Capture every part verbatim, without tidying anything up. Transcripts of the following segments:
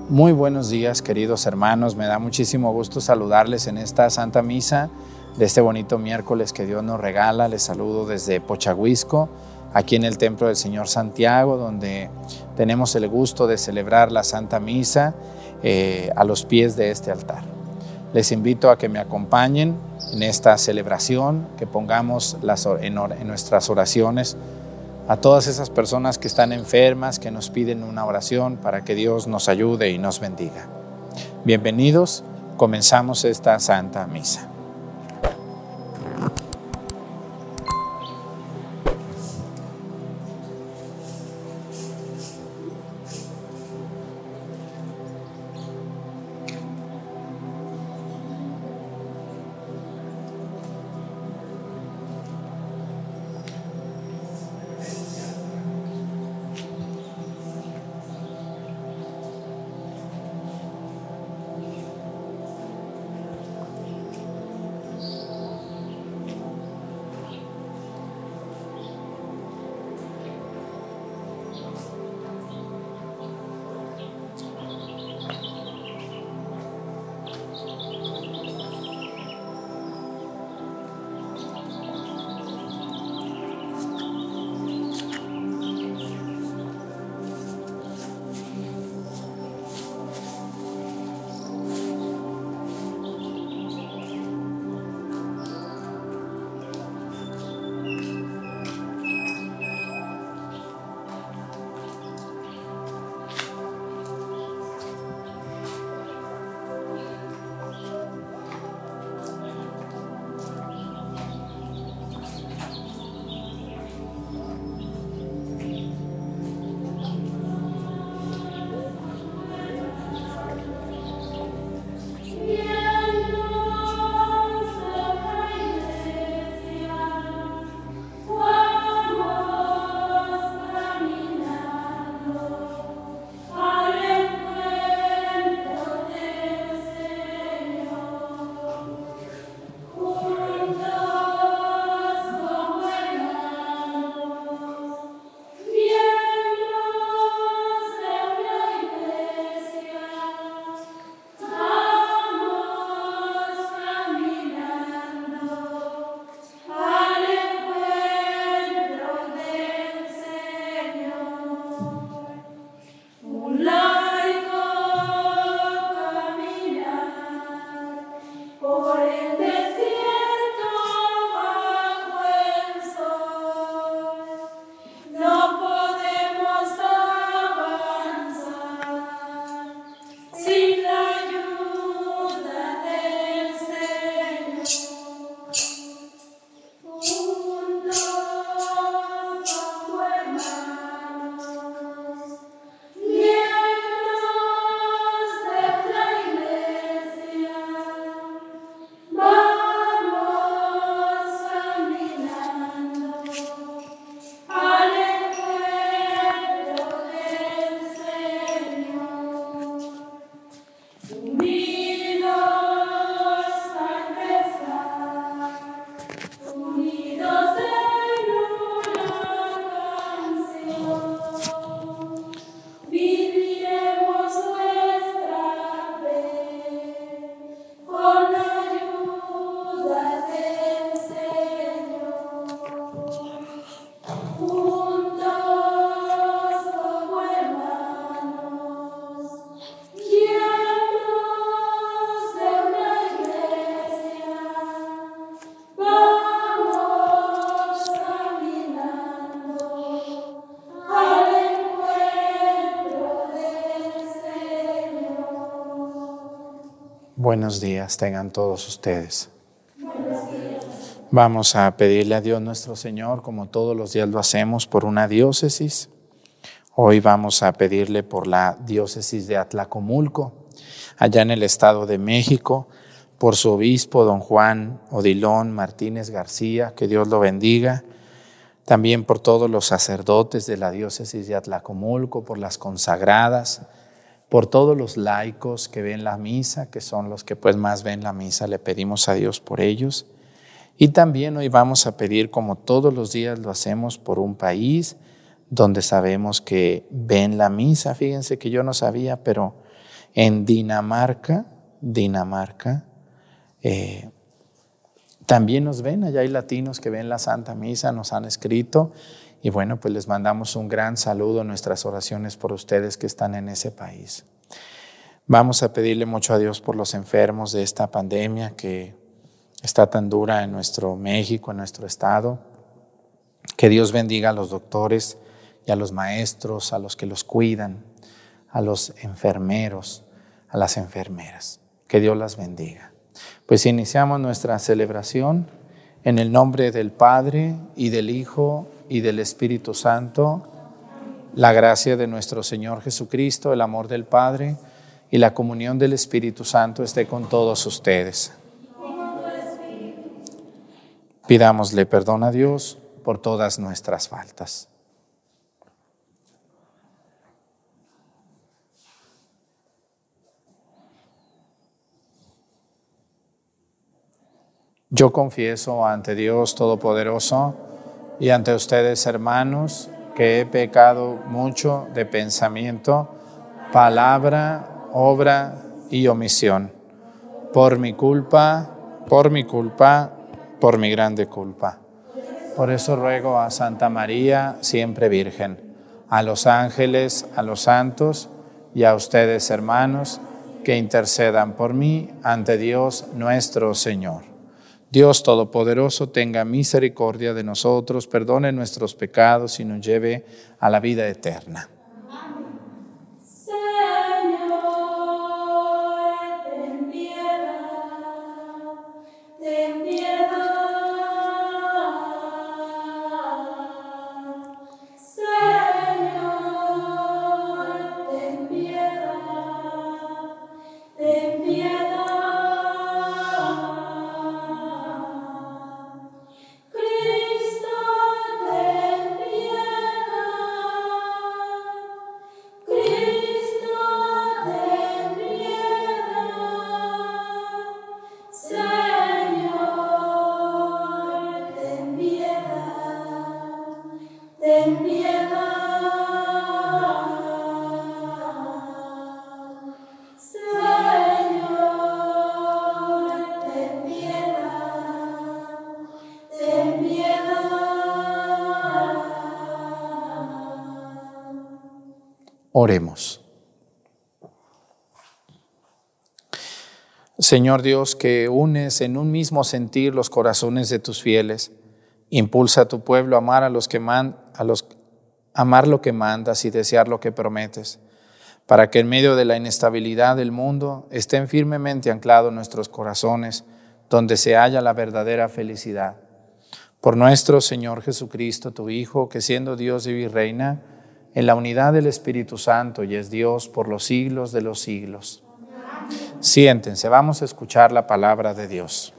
Muy buenos días, queridos hermanos. Me da muchísimo gusto saludarles en esta Santa Misa de este bonito miércoles que Dios nos regala. Les saludo desde Pochahuisco, aquí en el Templo del Señor Santiago, donde tenemos el gusto de celebrar la Santa Misa eh, a los pies de este altar. Les invito a que me acompañen en esta celebración, que pongamos las, en, en nuestras oraciones a todas esas personas que están enfermas, que nos piden una oración para que Dios nos ayude y nos bendiga. Bienvenidos, comenzamos esta Santa Misa. Buenos días tengan todos ustedes. Vamos a pedirle a Dios nuestro Señor, como todos los días lo hacemos, por una diócesis. Hoy vamos a pedirle por la diócesis de Atlacomulco, allá en el Estado de México, por su obispo, don Juan Odilón Martínez García, que Dios lo bendiga. También por todos los sacerdotes de la diócesis de Atlacomulco, por las consagradas, por todos los laicos que ven la misa, que son los que pues más ven la misa, le pedimos a Dios por ellos. Y también hoy vamos a pedir, como todos los días lo hacemos, por un país donde sabemos que ven la misa. Fíjense que yo no sabía, pero En Dinamarca, Dinamarca, eh, también nos ven, allá hay latinos que ven la Santa Misa, nos han escrito y bueno, pues les mandamos un gran saludo, nuestras oraciones por ustedes que están en ese país. Vamos a pedirle mucho a Dios por los enfermos de esta pandemia que está tan dura en nuestro México, en nuestro estado. Que Dios bendiga a los doctores y a los maestros, a los que los cuidan, a los enfermeros, a las enfermeras. Que Dios las bendiga. Pues iniciamos nuestra celebración en el nombre del Padre y del Hijo y del Espíritu Santo. La gracia de nuestro Señor Jesucristo, el amor del Padre y la comunión del Espíritu Santo esté con todos ustedes. Pidámosle perdón a Dios por todas nuestras faltas. Yo confieso ante Dios Todopoderoso y ante ustedes, hermanos, que he pecado mucho de pensamiento, palabra, obra y omisión. Por mi culpa, por mi culpa, por mi grande culpa. Por eso ruego a Santa María, siempre Virgen, a los ángeles, a los santos y a ustedes, hermanos, que intercedan por mí ante Dios nuestro Señor. Dios Todopoderoso tenga misericordia de nosotros, perdone nuestros pecados y nos lleve a la vida eterna. Oremos. Señor Dios, que unes en un mismo sentir los corazones de tus fieles, impulsa a tu pueblo a amar a los que man, a los amar lo que mandas y desear lo que prometes, para que en medio de la inestabilidad del mundo estén firmemente anclados nuestros corazones, donde se halla la verdadera felicidad. Por nuestro Señor Jesucristo, tu Hijo, que siendo Dios vive y reina en la unidad del Espíritu Santo y es Dios por los siglos de los siglos. Amén. Siéntense, vamos a escuchar la palabra de Dios.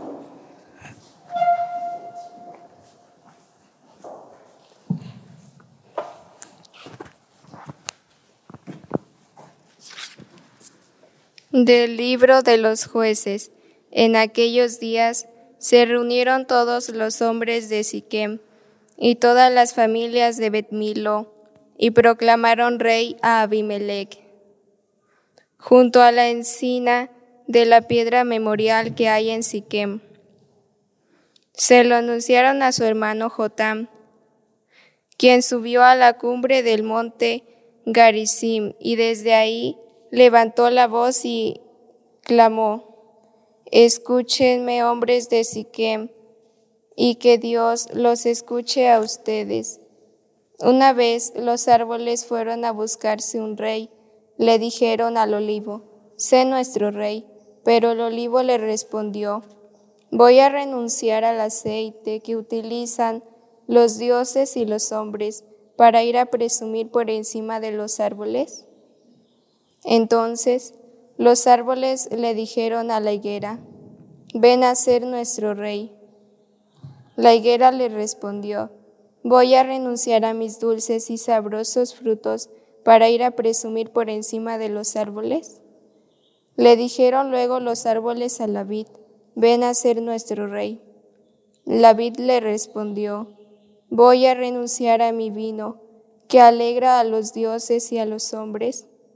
Del libro de los jueces. En aquellos días se reunieron todos los hombres de Siquem y todas las familias de Bet-Milo y proclamaron rey a Abimelech. Junto a la encina de la piedra memorial que hay en Siquem. Se lo anunciaron a su hermano Jotam, quien subió a la cumbre del monte Garizim y desde ahí levantó la voz y clamó: escúchenme, hombres de Siquem, y que Dios los escuche a ustedes. Una vez los árboles fueron a buscarse un rey. Le dijeron al olivo: sé nuestro rey. Pero el olivo le respondió: voy a renunciar al aceite que utilizan los dioses y los hombres para ir a presumir por encima de los árboles. Entonces los árboles le dijeron a la higuera: ven a ser nuestro rey. La higuera le respondió: voy a renunciar a mis dulces y sabrosos frutos para ir a presumir por encima de los árboles. Le dijeron luego los árboles a la vid: ven a ser nuestro rey. La vid le respondió: voy a renunciar a mi vino, que alegra a los dioses y a los hombres,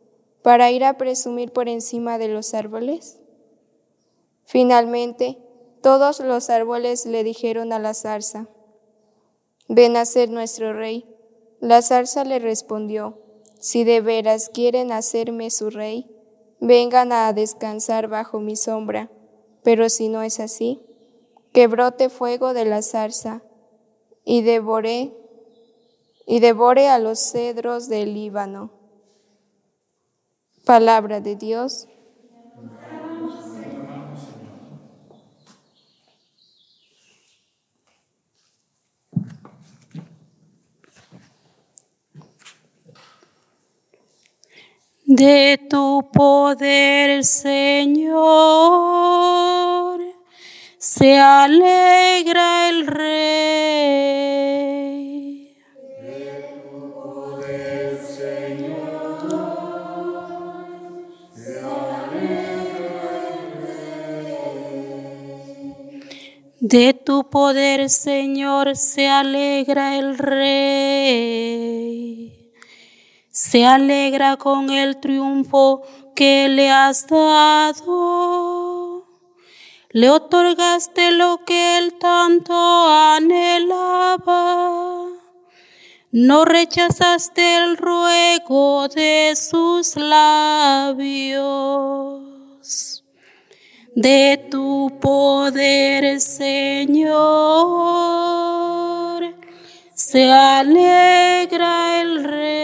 para ir a presumir por encima de los árboles? Finalmente, todos los árboles le dijeron a la zarza: ven a ser nuestro rey. La zarza le respondió: si de veras quieren hacerme su rey, vengan a descansar bajo mi sombra. Pero si no es así, que brote fuego de la zarza y devore, y devore a los cedros del Líbano. Palabra de Dios. De tu poder, Señor, se alegra el Rey. De tu poder, Señor, se alegra el Rey. De tu poder, Señor, se alegra el Rey. Se alegra con el triunfo que le has dado. Le otorgaste lo que él tanto anhelaba. No rechazaste el ruego de sus labios. De tu poder, Señor, se alegra el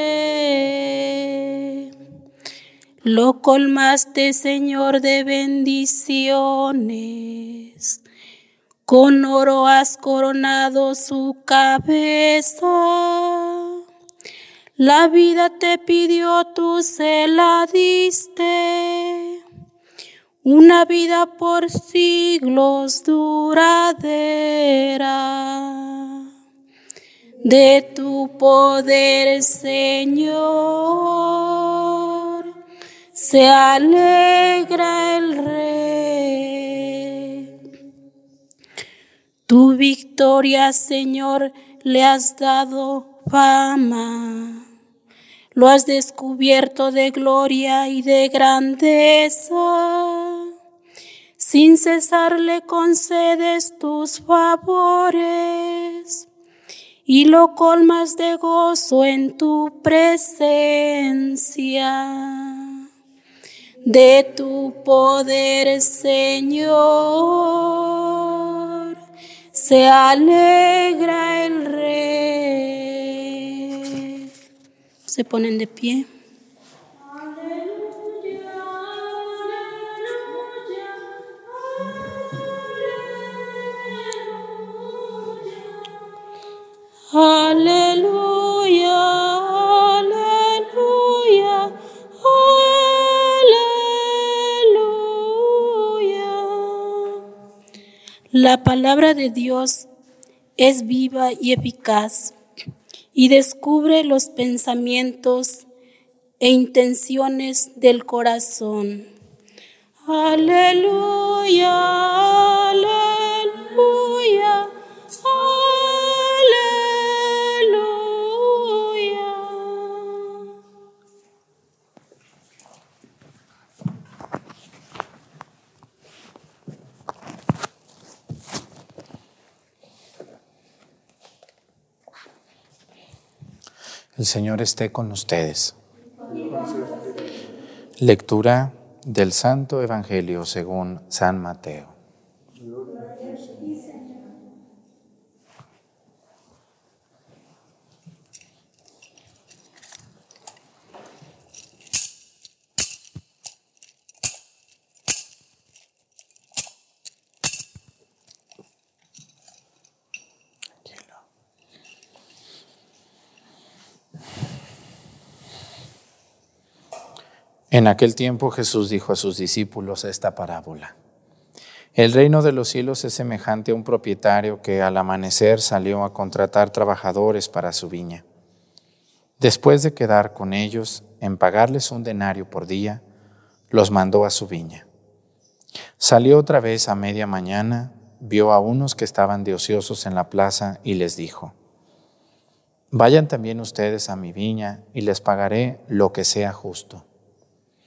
Rey. Lo colmaste, Señor, de bendiciones. Con oro has coronado su cabeza. La vida te pidió, tú se la diste. Una vida por siglos duradera. De tu poder, Señor, se alegra el Rey. Tu victoria, Señor, le has dado fama. Lo has descubierto de gloria y de grandeza. Sin cesar le concedes tus favores y lo colmas de gozo en tu presencia. De tu poder, Señor, se alegra el Rey. Se ponen de pie. Aleluya, aleluya, aleluya. La palabra de Dios es viva y eficaz y descubre los pensamientos e intenciones del corazón. Aleluya, aleluya, aleluya. El Señor esté con ustedes. Lectura del Santo Evangelio según San Mateo. En aquel tiempo Jesús dijo a sus discípulos esta parábola. El reino de los cielos es semejante a un propietario que al amanecer salió a contratar trabajadores para su viña. Después de quedar con ellos en pagarles un denario por día, los mandó a su viña. Salió otra vez a media mañana, vio a unos que estaban de ociosos en la plaza y les dijo: vayan también ustedes a mi viña y les pagaré lo que sea justo.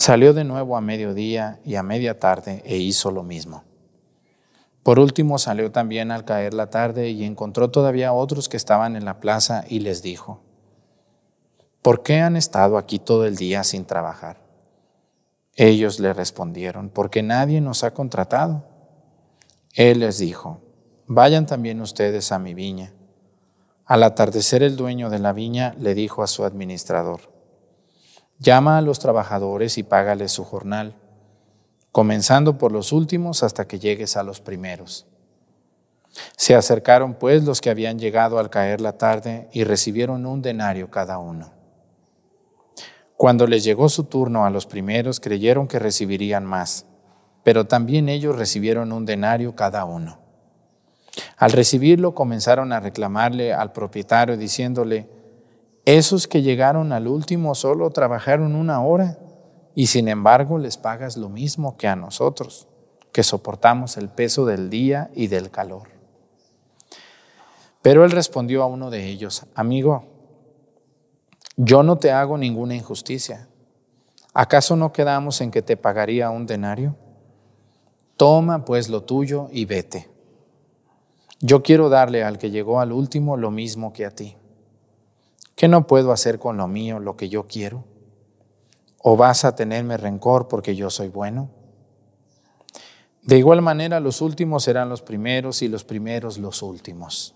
Salió de nuevo a mediodía y a media tarde e hizo lo mismo. Por último salió también al caer la tarde y encontró todavía otros que estaban en la plaza y les dijo: ¿por qué han estado aquí todo el día sin trabajar? Ellos le respondieron: porque nadie nos ha contratado. Él les dijo: vayan también ustedes a mi viña. Al atardecer, el dueño de la viña le dijo a su administrador: llama a los trabajadores y págales su jornal, comenzando por los últimos hasta que llegues a los primeros. Se acercaron pues los que habían llegado al caer la tarde y recibieron un denario cada uno. Cuando les llegó su turno a los primeros, creyeron que recibirían más, pero también ellos recibieron un denario cada uno. Al recibirlo, comenzaron a reclamarle al propietario diciéndole: esos que llegaron al último solo trabajaron una hora, y sin embargo les pagas lo mismo que a nosotros, que soportamos el peso del día y del calor. Pero él respondió a uno de ellos: amigo, yo no te hago ninguna injusticia. ¿Acaso no quedamos en que te pagaría un denario? Toma pues lo tuyo y vete. Yo quiero darle al que llegó al último lo mismo que a ti. ¿Qué no puedo hacer con lo mío lo que yo quiero? ¿O vas a tenerme rencor porque yo soy bueno? De igual manera, los últimos serán los primeros y los primeros los últimos.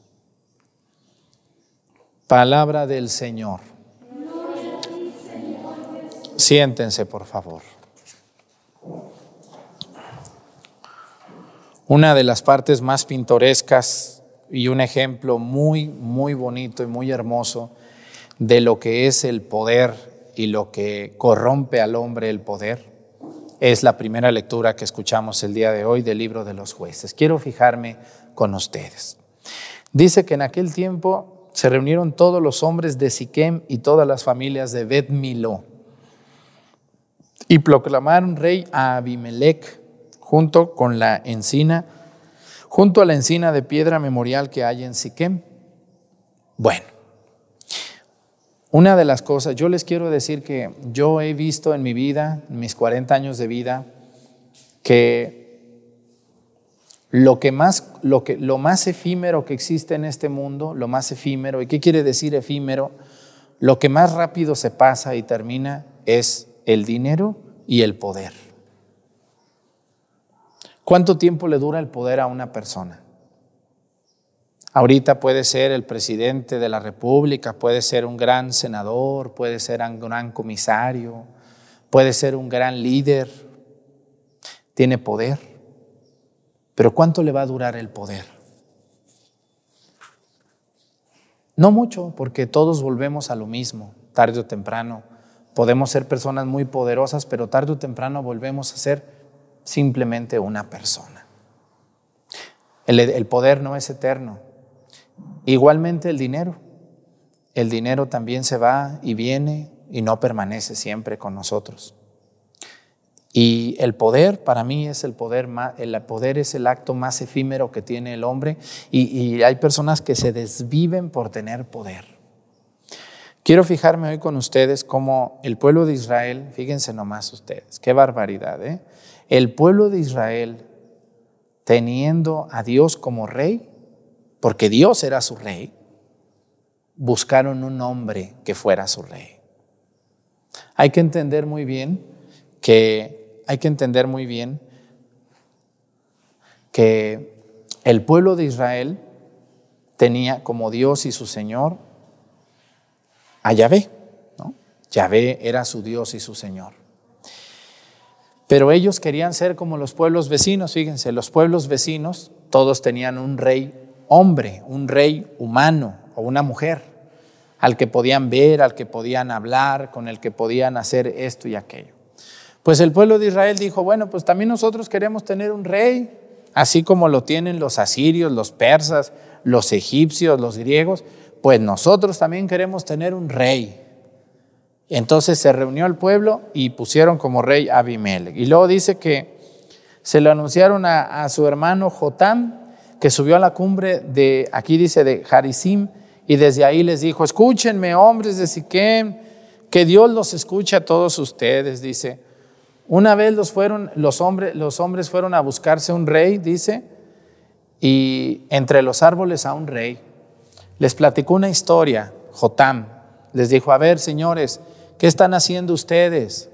Palabra del Señor. Siéntense, por favor. Una de las partes más pintorescas y un ejemplo muy, muy bonito y muy hermoso de lo que es el poder y lo que corrompe al hombre el poder es la primera lectura que escuchamos el día de hoy del libro de los Jueces. Quiero fijarme con ustedes. Dice que en aquel tiempo se reunieron todos los hombres de Siquem y todas las familias de Bet Miló y proclamaron rey a Abimelec junto con la encina, junto a la encina de piedra memorial que hay en Siquem. Bueno, una de las cosas, yo les quiero decir que yo he visto en mi vida, en mis cuarenta años de vida, que lo que más, lo que, lo más efímero que existe en este mundo, lo más efímero, ¿y qué quiere decir efímero? Lo que más rápido se pasa y termina es el dinero y el poder. ¿Cuánto tiempo le dura el poder a una persona? Ahorita puede ser el presidente de la República, puede ser un gran senador, puede ser un gran comisario, puede ser un gran líder, tiene poder. Pero ¿cuánto le va a durar el poder? No mucho, porque todos volvemos a lo mismo, tarde o temprano. Podemos ser personas muy poderosas, pero tarde o temprano volvemos a ser simplemente una persona. El, el poder no es eterno. Igualmente el dinero. El dinero también se va y viene y no permanece siempre con nosotros. Y el poder, para mí, es el poder más, el poder es el acto más efímero que tiene el hombre, y, y hay personas que se desviven por tener poder. Quiero fijarme hoy con ustedes cómo el pueblo de Israel, fíjense nomás ustedes, qué barbaridad, ¿eh? El pueblo de Israel, teniendo a Dios como rey, porque Dios era su rey, buscaron un hombre que fuera su rey. Hay que entender muy bien que, hay que entender muy bien que el pueblo de Israel tenía como Dios y su Señor a Yahvé, ¿no? Yahvé era su Dios y su Señor. Pero ellos querían ser como los pueblos vecinos, fíjense, los pueblos vecinos todos tenían un rey hombre, un rey humano o una mujer, al que podían ver, al que podían hablar, con el que podían hacer esto y aquello. Pues el pueblo de Israel dijo, bueno, pues también nosotros queremos tener un rey, así como lo tienen los asirios, los persas, los egipcios, los griegos, pues nosotros también queremos tener un rey. Entonces se reunió el pueblo y pusieron como rey a Abimelec. Y luego dice que se lo anunciaron a, a su hermano Jotam, que subió a la cumbre de, aquí dice, de Jarisim, y desde ahí les dijo, escúchenme, hombres de Siquem, que Dios los escuche a todos ustedes, dice. Una vez los, fueron, los, hombres, los hombres fueron a buscarse un rey, dice, y entre los árboles a un rey. Les platicó una historia, Jotam. Les dijo, a ver, señores, ¿qué están haciendo ustedes?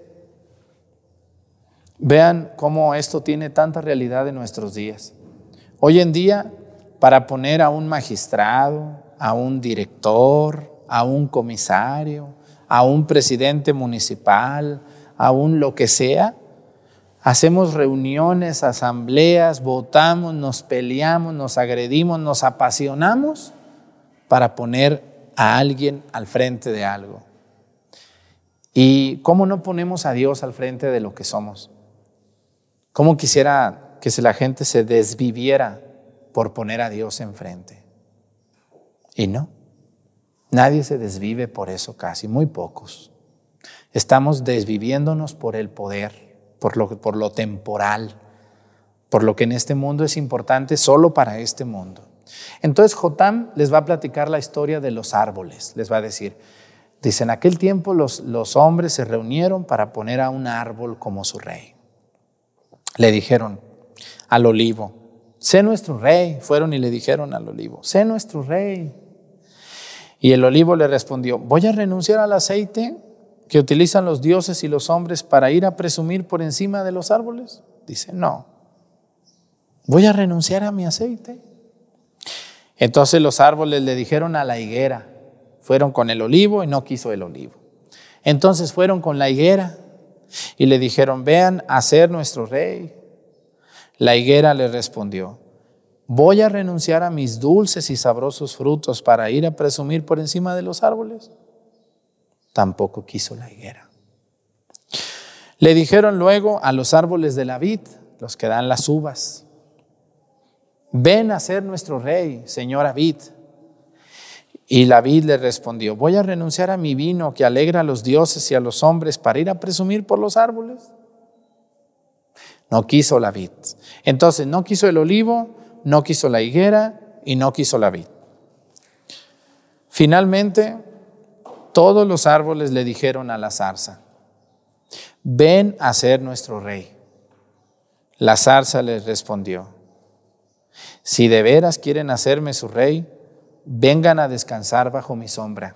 Vean cómo esto tiene tanta realidad en nuestros días. Hoy en día, para poner a un magistrado, a un director, a un comisario, a un presidente municipal, a un lo que sea, hacemos reuniones, asambleas, votamos, nos peleamos, nos agredimos, nos apasionamos para poner a alguien al frente de algo. ¿Y cómo no ponemos a Dios al frente de lo que somos? ¿Cómo quisiera que la gente se desviviera por poner a Dios enfrente? Y no, nadie se desvive por eso casi, muy pocos. Estamos desviviéndonos por el poder, por lo, por lo temporal, por lo que en este mundo es importante solo para este mundo. Entonces Jotam les va a platicar la historia de los árboles, les va a decir, dice, en aquel tiempo los, los hombres se reunieron para poner a un árbol como su rey. Le dijeron al olivo, sé nuestro rey. Fueron y le dijeron al olivo, sé nuestro rey. Y el olivo le respondió, voy a renunciar al aceite que utilizan los dioses y los hombres para ir a presumir por encima de los árboles. Dice, no, voy a renunciar a mi aceite. Entonces los árboles le dijeron a la higuera, fueron con el olivo y no quiso el olivo. Entonces fueron con la higuera y le dijeron, vean a ser nuestro rey. La higuera le respondió, voy a renunciar a mis dulces y sabrosos frutos para ir a presumir por encima de los árboles. Tampoco quiso la higuera. Le dijeron luego a los árboles de la vid, los que dan las uvas, ven a ser nuestro rey, señora vid. Y la vid le respondió, voy a renunciar a mi vino que alegra a los dioses y a los hombres para ir a presumir por los árboles. No quiso la vid. Entonces no quiso el olivo, no quiso la higuera y no quiso la vid. Finalmente, todos los árboles le dijeron a la zarza, ven a ser nuestro rey. La zarza les respondió, si de veras quieren hacerme su rey, vengan a descansar bajo mi sombra.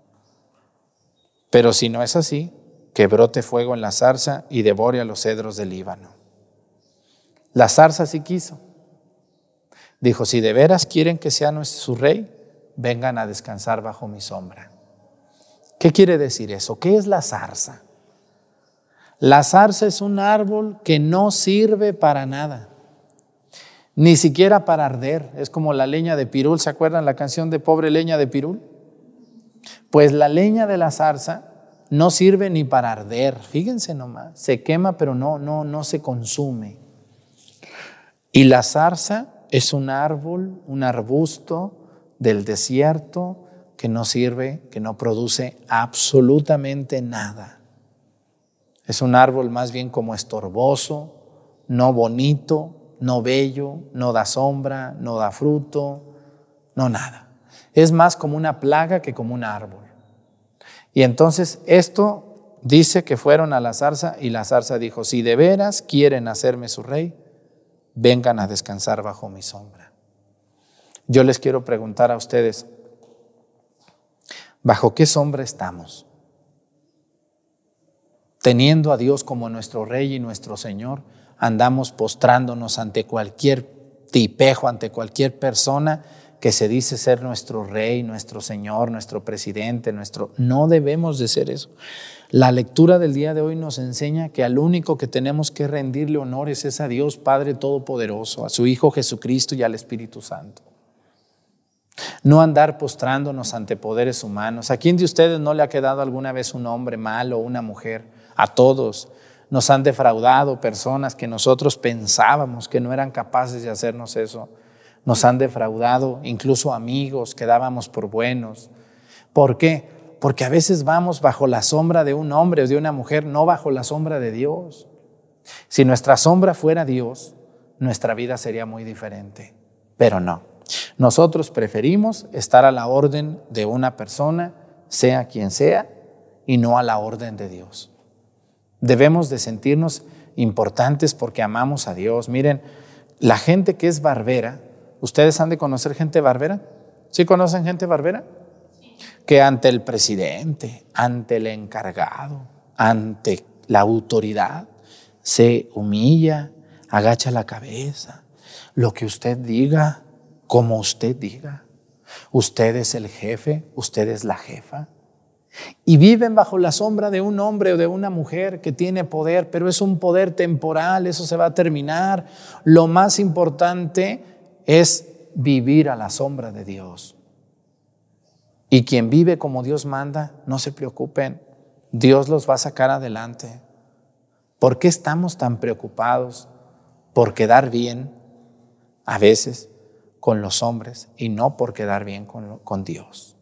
Pero si no es así, que brote fuego en la zarza y devore a los cedros del Líbano. La zarza sí quiso. Dijo, si de veras quieren que sea nuestro, su rey, vengan a descansar bajo mi sombra. ¿Qué quiere decir eso? ¿Qué es la zarza? La zarza es un árbol que no sirve para nada. Ni siquiera para arder. Es como la leña de pirul. ¿Se acuerdan la canción de Pobre leña de pirul? Pues la leña de la zarza no sirve ni para arder. Fíjense nomás. Se quema pero no, no, no se consume. Y la zarza es un árbol, un arbusto del desierto que no sirve, que no produce absolutamente nada. Es un árbol más bien como estorboso, no bonito, no bello, no da sombra, no da fruto, no nada. Es más como una plaga que como un árbol. Y entonces esto dice que fueron a la zarza y la zarza dijo, si de veras quieren hacerme su rey, vengan a descansar bajo mi sombra. Yo les quiero preguntar a ustedes, ¿bajo qué sombra estamos? Teniendo a Dios como nuestro Rey y nuestro Señor, andamos postrándonos ante cualquier tipejo, ante cualquier persona que se dice ser nuestro Rey, nuestro Señor, nuestro Presidente, nuestro... No debemos de ser eso. La lectura del día de hoy nos enseña que al único que tenemos que rendirle honores es a Dios Padre Todopoderoso, a su Hijo Jesucristo y al Espíritu Santo. No andar postrándonos ante poderes humanos. ¿A quién de ustedes no le ha quedado alguna vez un hombre malo o una mujer? A todos. Nos han defraudado personas que nosotros pensábamos que no eran capaces de hacernos eso. Nos han defraudado incluso amigos que dábamos por buenos. ¿Por qué? Porque a veces vamos bajo la sombra de un hombre o de una mujer, no bajo la sombra de Dios. Si nuestra sombra fuera Dios, nuestra vida sería muy diferente. Pero no. Nosotros preferimos estar a la orden de una persona, sea quien sea, y no a la orden de Dios. Debemos de sentirnos importantes porque amamos a Dios. Miren, la gente que es barbera, ¿ustedes han de conocer gente barbera? ¿Sí conocen gente barbera? Que ante el presidente, ante el encargado, ante la autoridad, se humilla, agacha la cabeza. Lo que usted diga, como usted diga. Usted es el jefe, usted es la jefa. Y viven bajo la sombra de un hombre o de una mujer que tiene poder, pero es un poder temporal, eso se va a terminar. Lo más importante es vivir a la sombra de Dios. Y quien vive como Dios manda, no se preocupen, Dios los va a sacar adelante. ¿Por qué estamos tan preocupados por quedar bien a veces con los hombres y no por quedar bien con, con Dios?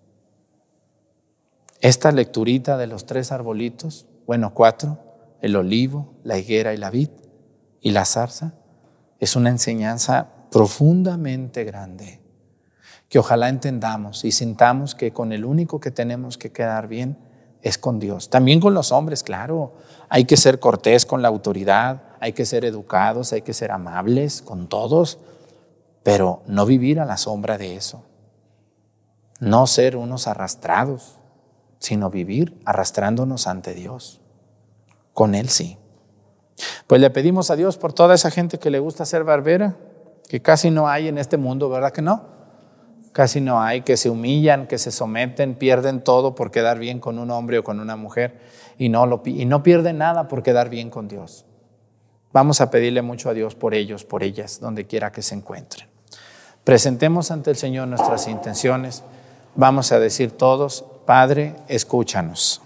Esta lecturita de los tres arbolitos, bueno, cuatro, el olivo, la higuera y la vid y la zarza, es una enseñanza profundamente grande que ojalá entendamos y sintamos que con el único que tenemos que quedar bien es con Dios. También con los hombres, claro, hay que ser cortés con la autoridad, hay que ser educados, hay que ser amables con todos, pero no vivir a la sombra de eso, no ser unos arrastrados, sino vivir arrastrándonos ante Dios. Con Él sí. Pues le pedimos a Dios por toda esa gente que le gusta ser barbera, que casi no hay en este mundo, ¿verdad que no? Casi no hay, que se humillan, que se someten, pierden todo por quedar bien con un hombre o con una mujer y no, lo, y no pierden nada por quedar bien con Dios. Vamos a pedirle mucho a Dios por ellos, por ellas, donde quiera que se encuentren. Presentemos ante el Señor nuestras intenciones. Vamos a decir todos: Padre, escúchanos.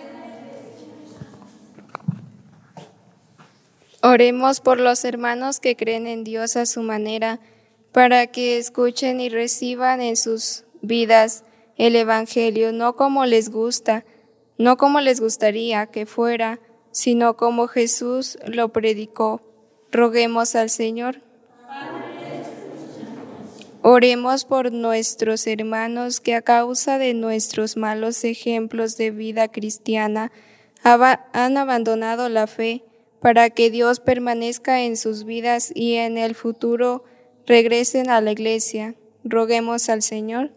Oremos por los hermanos que creen en Dios a su manera, para que escuchen y reciban en sus vidas el Evangelio, no como les gusta, no como les gustaría que fuera, sino como Jesús lo predicó. Roguemos al Señor. Oremos por nuestros hermanos que a causa de nuestros malos ejemplos de vida cristiana han abandonado la fe, para que Dios permanezca en sus vidas y en el futuro regresen a la iglesia. Roguemos al Señor.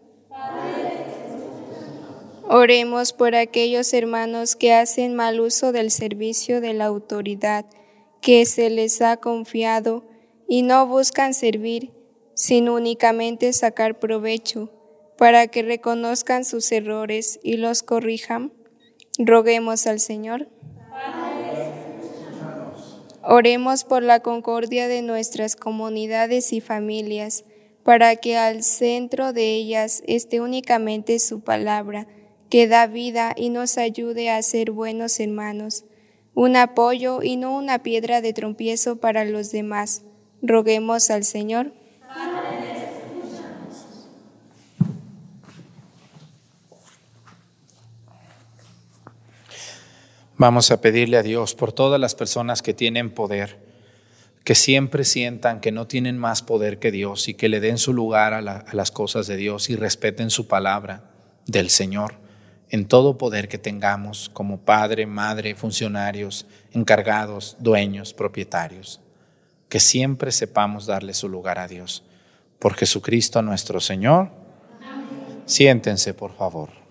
Oremos por aquellos hermanos que hacen mal uso del servicio de la autoridad que se les ha confiado y no buscan servir, sino únicamente sacar provecho, para que reconozcan sus errores y los corrijan. Roguemos al Señor. Oremos por la concordia de nuestras comunidades y familias, para que al centro de ellas esté únicamente su palabra, que da vida y nos ayude a ser buenos hermanos, un apoyo y no una piedra de tropiezo para los demás. Roguemos al Señor. Vamos a pedirle a Dios por todas las personas que tienen poder, que siempre sientan que no tienen más poder que Dios y que le den su lugar a, la, a las cosas de Dios y respeten su palabra del Señor en todo poder que tengamos como padre, madre, funcionarios, encargados, dueños, propietarios. Que siempre sepamos darle su lugar a Dios. Por Jesucristo nuestro Señor. Amén. Siéntense, por favor.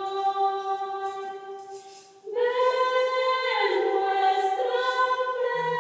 Ven nuestra fe.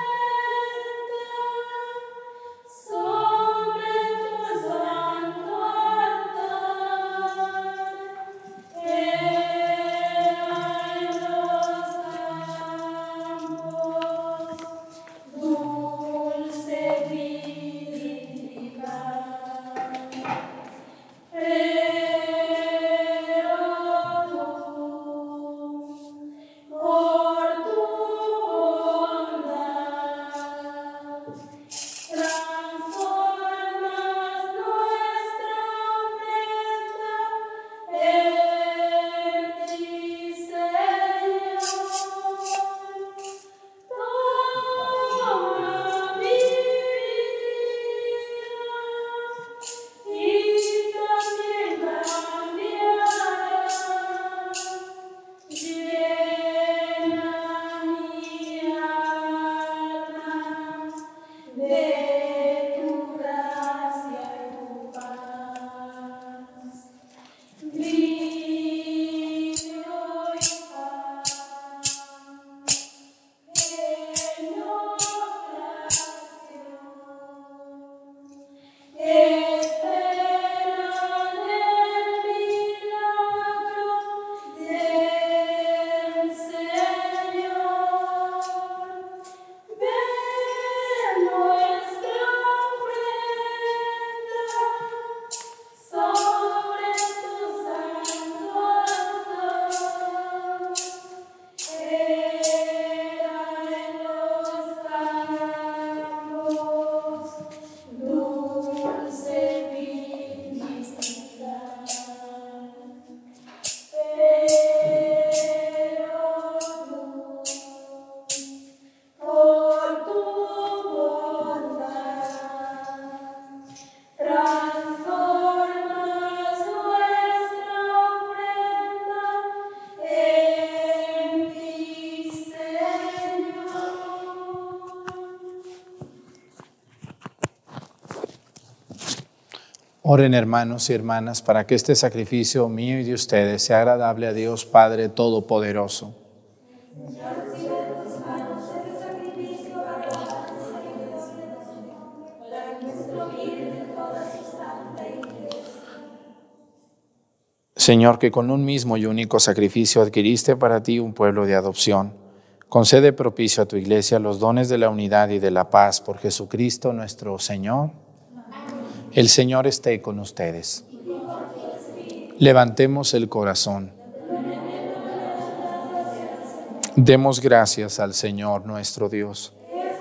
Oren, hermanos y hermanas, para que este sacrificio mío y de ustedes sea agradable a Dios Padre Todopoderoso. Señor, que con un mismo y único sacrificio adquiriste para ti un pueblo de adopción, concede propicio a tu Iglesia los dones de la unidad y de la paz por Jesucristo nuestro Señor. El Señor esté con ustedes. Levantemos el corazón. Demos gracias al Señor nuestro Dios.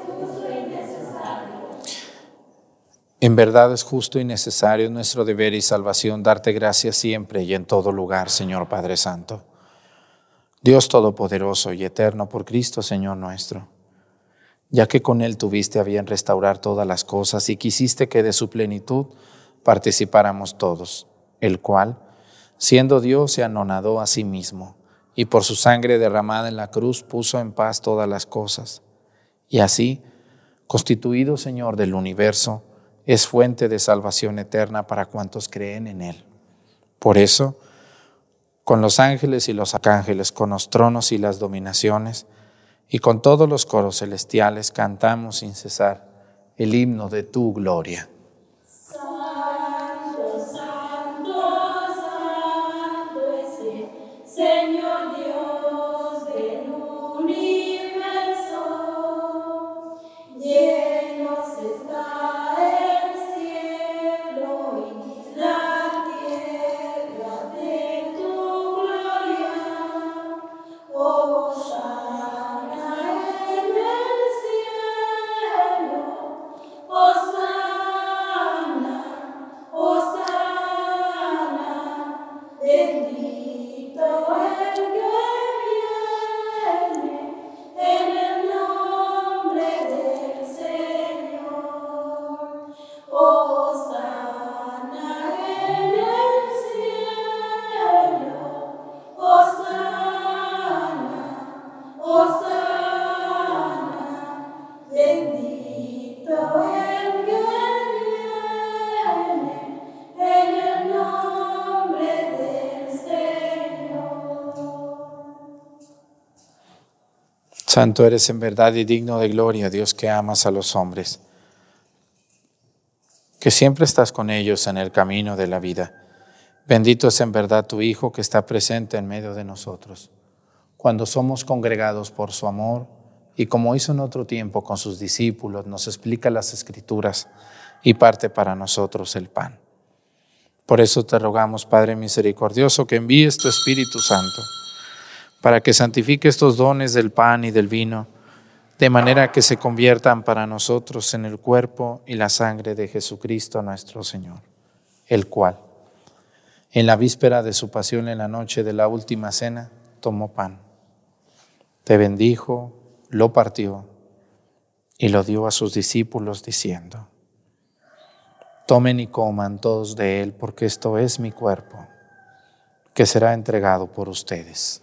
En verdad es justo y necesario, nuestro deber y salvación, darte gracias siempre y en todo lugar, Señor Padre Santo. Dios Todopoderoso y Eterno, por Cristo, Señor nuestro, ya que con Él tuviste a bien restaurar todas las cosas y quisiste que de su plenitud participáramos todos, el cual, siendo Dios, se anonadó a sí mismo y por su sangre derramada en la cruz puso en paz todas las cosas. Y así, constituido Señor del universo, es fuente de salvación eterna para cuantos creen en Él. Por eso, con los ángeles y los arcángeles, con los tronos y las dominaciones, y con todos los coros celestiales, cantamos sin cesar el himno de tu gloria. Santo, santo, santo es el Señor Dios del universo. Llenos está el cielo y la tierra de tu gloria. Hosana en el cielo, hosana, hosana, bendito el que viene en el nombre del Señor. Hosana en el cielo, hosana, hosana, bendito el que viene en el nombre del Señor. Santo eres en verdad y digno de gloria, Dios que amas a los hombres, que siempre estás con ellos en el camino de la vida. Bendito es en verdad tu Hijo que está presente en medio de nosotros, cuando somos congregados por su amor y como hizo en otro tiempo con sus discípulos, nos explica las Escrituras y parte para nosotros el pan. Por eso te rogamos, Padre misericordioso, que envíes tu Espíritu Santo para que santifique estos dones del pan y del vino, de manera que se conviertan para nosotros en el cuerpo y la sangre de Jesucristo nuestro Señor, el cual, en la víspera de su pasión en la noche de la última cena, tomó pan, te bendijo, lo partió y lo dio a sus discípulos diciendo: tomen y coman todos de él, porque esto es mi cuerpo, que será entregado por ustedes.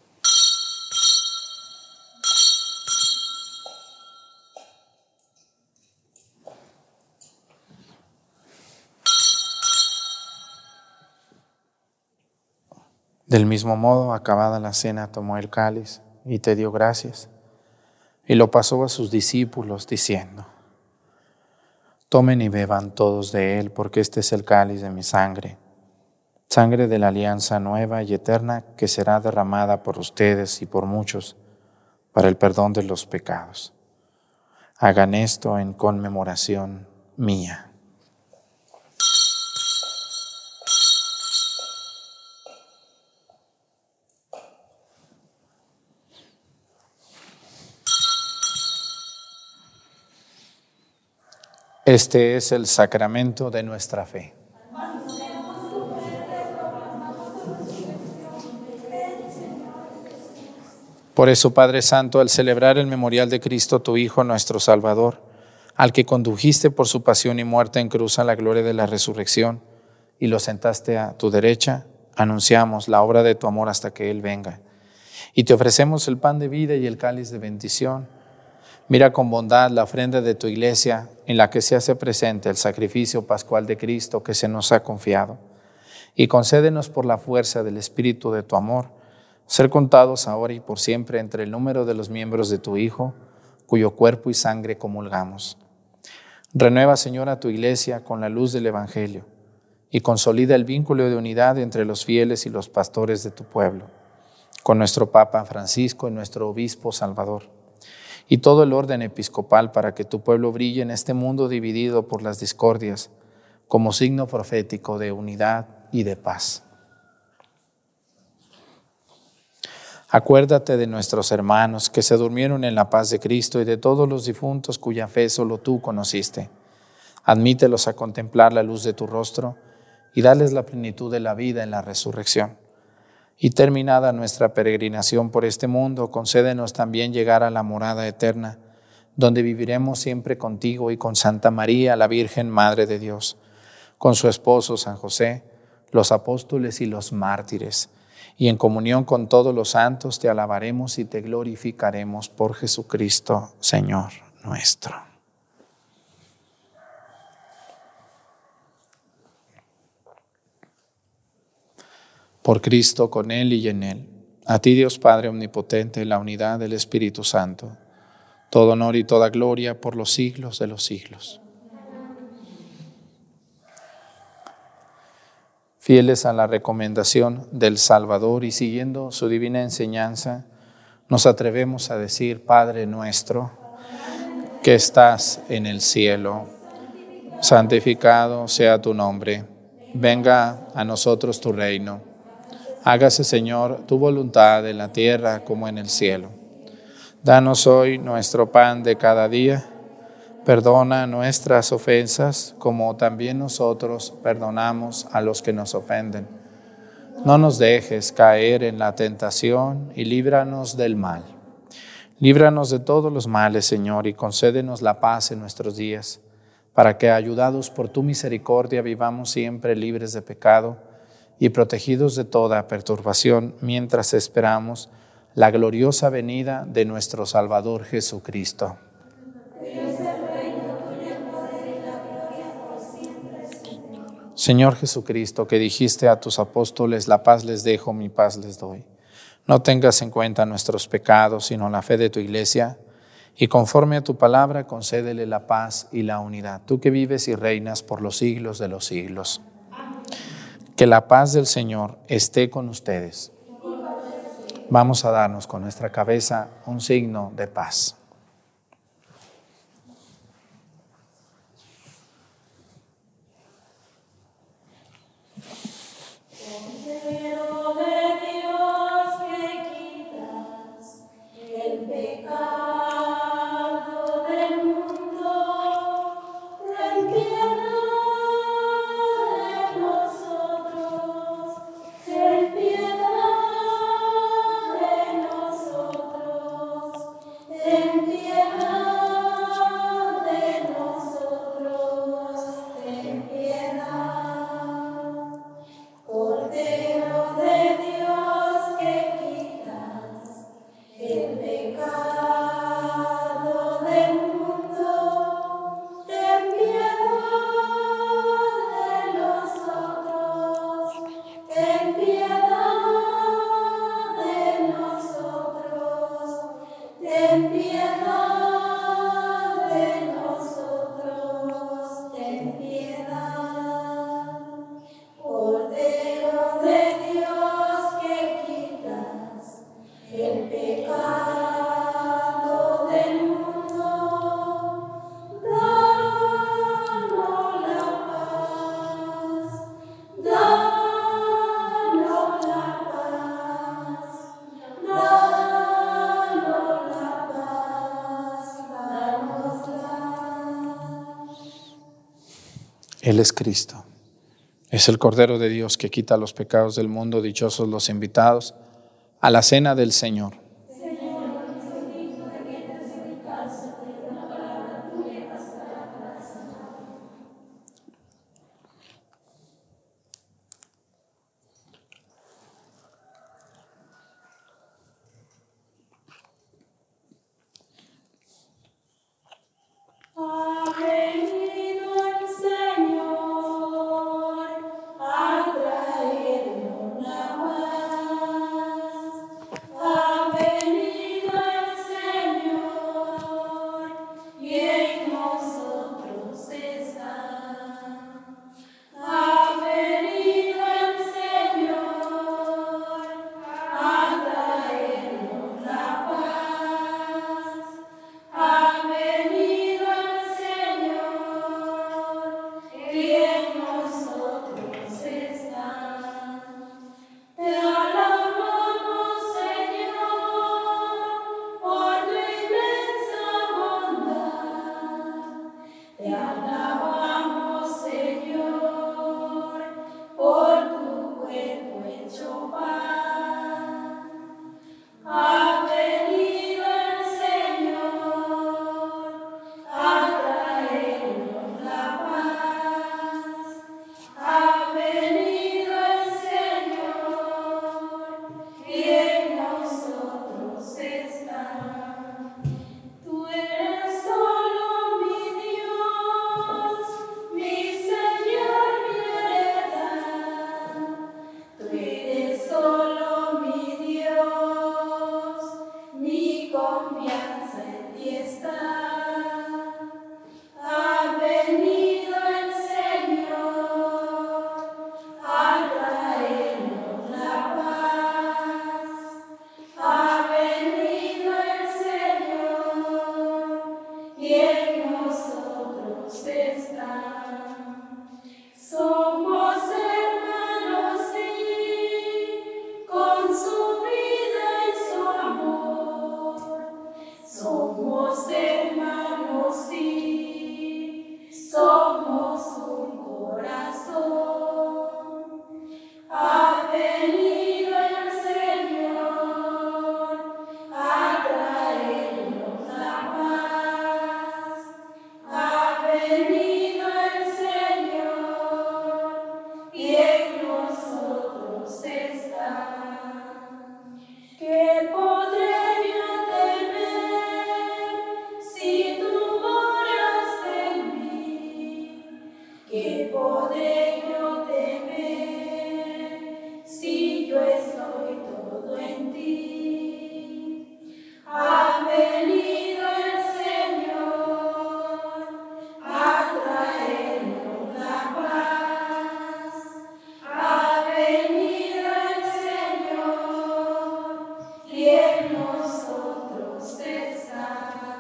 Del mismo modo, acabada la cena, tomó el cáliz y te dio gracias, y lo pasó a sus discípulos diciendo: tomen y beban todos de él, porque este es el cáliz de mi sangre, sangre de la alianza nueva y eterna, que será derramada por ustedes y por muchos para el perdón de los pecados. Hagan esto en conmemoración mía. Este es el sacramento de nuestra fe. Por eso, Padre Santo, al celebrar el memorial de Cristo, tu Hijo, nuestro Salvador, al que condujiste por su pasión y muerte en cruz a la gloria de la resurrección y lo sentaste a tu derecha, anunciamos la obra de tu amor hasta que Él venga. Y te ofrecemos el pan de vida y el cáliz de bendición, Mira con bondad la ofrenda de tu iglesia en la que se hace presente el sacrificio pascual de Cristo que se nos ha confiado. Y concédenos por la fuerza del Espíritu de tu amor, ser contados ahora y por siempre entre el número de los miembros de tu Hijo, cuyo cuerpo y sangre comulgamos. Renueva, Señor, a tu iglesia con la luz del Evangelio y consolida el vínculo de unidad entre los fieles y los pastores de tu pueblo, con nuestro Papa Francisco y nuestro Obispo Salvador, y todo el orden episcopal, para que tu pueblo brille en este mundo dividido por las discordias, como signo profético de unidad y de paz. Acuérdate de nuestros hermanos que se durmieron en la paz de Cristo y de todos los difuntos cuya fe solo tú conociste. Admítelos a contemplar la luz de tu rostro y dales la plenitud de la vida en la resurrección. Y terminada nuestra peregrinación por este mundo, concédenos también llegar a la morada eterna, donde viviremos siempre contigo y con Santa María, la Virgen Madre de Dios, con su esposo San José, los apóstoles y los mártires, y en comunión con todos los santos te alabaremos y te glorificaremos por Jesucristo, Señor nuestro. Por Cristo, con Él y en Él, a ti Dios Padre Omnipotente, en la unidad del Espíritu Santo, todo honor y toda gloria por los siglos de los siglos. Fieles a la recomendación del Salvador y siguiendo su divina enseñanza, nos atrevemos a decir: Padre nuestro, que estás en el cielo, santificado sea tu nombre. Venga a nosotros tu reino. Hágase, Señor, tu voluntad en la tierra como en el cielo. Danos hoy nuestro pan de cada día. Perdona nuestras ofensas, como también nosotros perdonamos a los que nos ofenden. No nos dejes caer en la tentación y líbranos del mal. Líbranos de todos los males, Señor, y concédenos la paz en nuestros días, para que, ayudados por tu misericordia, vivamos siempre libres de pecado y protegidos de toda perturbación, mientras esperamos la gloriosa venida de nuestro Salvador Jesucristo. Señor Jesucristo, que dijiste a tus apóstoles: la paz les dejo, mi paz les doy. No tengas en cuenta nuestros pecados, sino la fe de tu iglesia, y conforme a tu palabra concédele la paz y la unidad, tú que vives y reinas por los siglos de los siglos. Que la paz del Señor esté con ustedes. Vamos a darnos con nuestra cabeza un signo de paz. Él es Cristo. Es el Cordero de Dios que quita los pecados del mundo. Dichosos los invitados a la cena del Señor. podré yo temer si yo estoy todo en ti? Ha venido el Señor a traernos la paz. Ha venido el Señor y en nosotros está.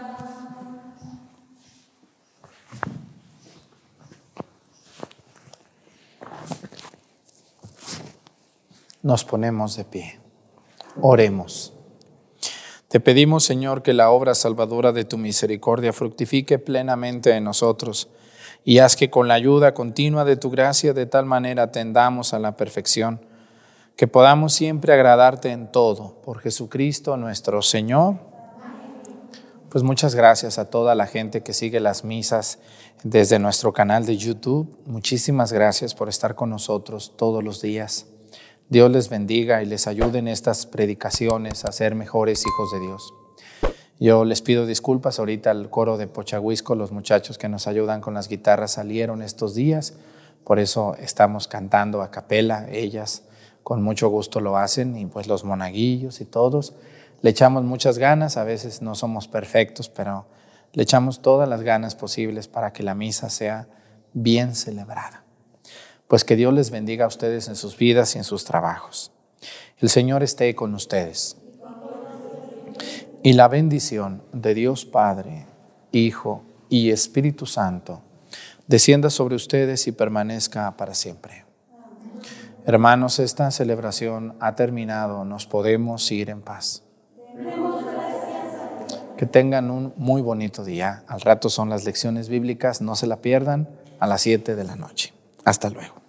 Nos ponemos de pie. Oremos. Te pedimos, Señor, que la obra salvadora de tu misericordia fructifique plenamente en nosotros y haz que con la ayuda continua de tu gracia de tal manera tendamos a la perfección, que podamos siempre agradarte en todo. Por Jesucristo nuestro Señor. Pues muchas gracias a toda la gente que sigue las misas desde nuestro canal de YouTube. Muchísimas gracias por estar con nosotros todos los días. Dios les bendiga y les ayude en estas predicaciones a ser mejores hijos de Dios. Yo les pido disculpas ahorita al coro de Pochahuisco, los muchachos que nos ayudan con las guitarras salieron estos días, por eso estamos cantando a capela, ellas con mucho gusto lo hacen y pues los monaguillos y todos. Le echamos muchas ganas, a veces no somos perfectos, pero le echamos todas las ganas posibles para que la misa sea bien celebrada. Pues que Dios les bendiga a ustedes en sus vidas y en sus trabajos. El Señor esté con ustedes. Y la bendición de Dios Padre, Hijo y Espíritu Santo descienda sobre ustedes y permanezca para siempre. Hermanos, esta celebración ha terminado. Nos podemos ir en paz. Que tengan un muy bonito día. Al rato son las lecciones bíblicas. No se la pierdan a las siete de la noche. Hasta luego.